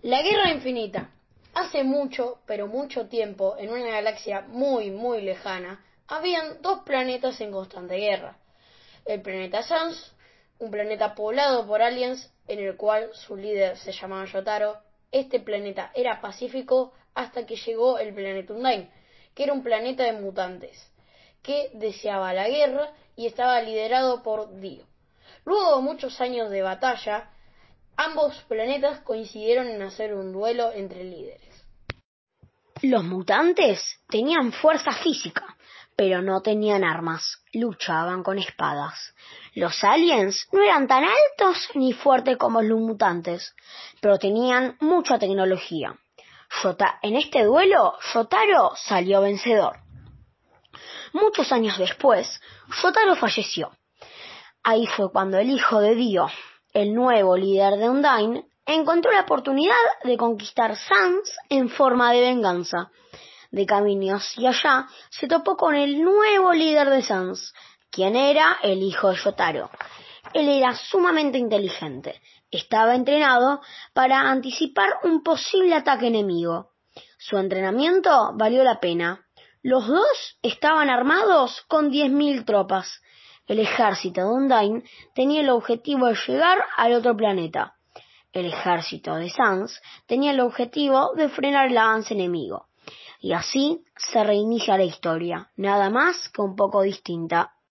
La Guerra Infinita. Hace mucho, pero mucho tiempo, en una galaxia muy, muy lejana, habían dos planetas en constante guerra. El planeta Sans, un planeta poblado por aliens, en el cual su líder se llamaba Yotaro. Este planeta era pacífico hasta que llegó el planeta Undyne, que era un planeta de mutantes, que deseaba la guerra y estaba liderado por Dio. Luego de muchos años de batalla, ambos planetas coincidieron en hacer un duelo entre líderes. Los mutantes tenían fuerza física, pero no tenían armas, luchaban con espadas. Los aliens no eran tan altos ni fuertes como los mutantes, pero tenían mucha tecnología. En este duelo, Yotaro salió vencedor. Muchos años después, Yotaro falleció. Ahí fue cuando el hijo de Dio, el nuevo líder de Undyne, encontró la oportunidad de conquistar Sans en forma de venganza. De camino hacia allá, se topó con el nuevo líder de Sans, quien era el hijo de Yotaro. Él era sumamente inteligente. Estaba entrenado para anticipar un posible ataque enemigo. Su entrenamiento valió la pena. Los dos estaban armados con 10.000 tropas. El ejército de Undyne tenía el objetivo de llegar al otro planeta. El ejército de Sans tenía el objetivo de frenar el avance enemigo. Y así se reinicia la historia, nada más que un poco distinta.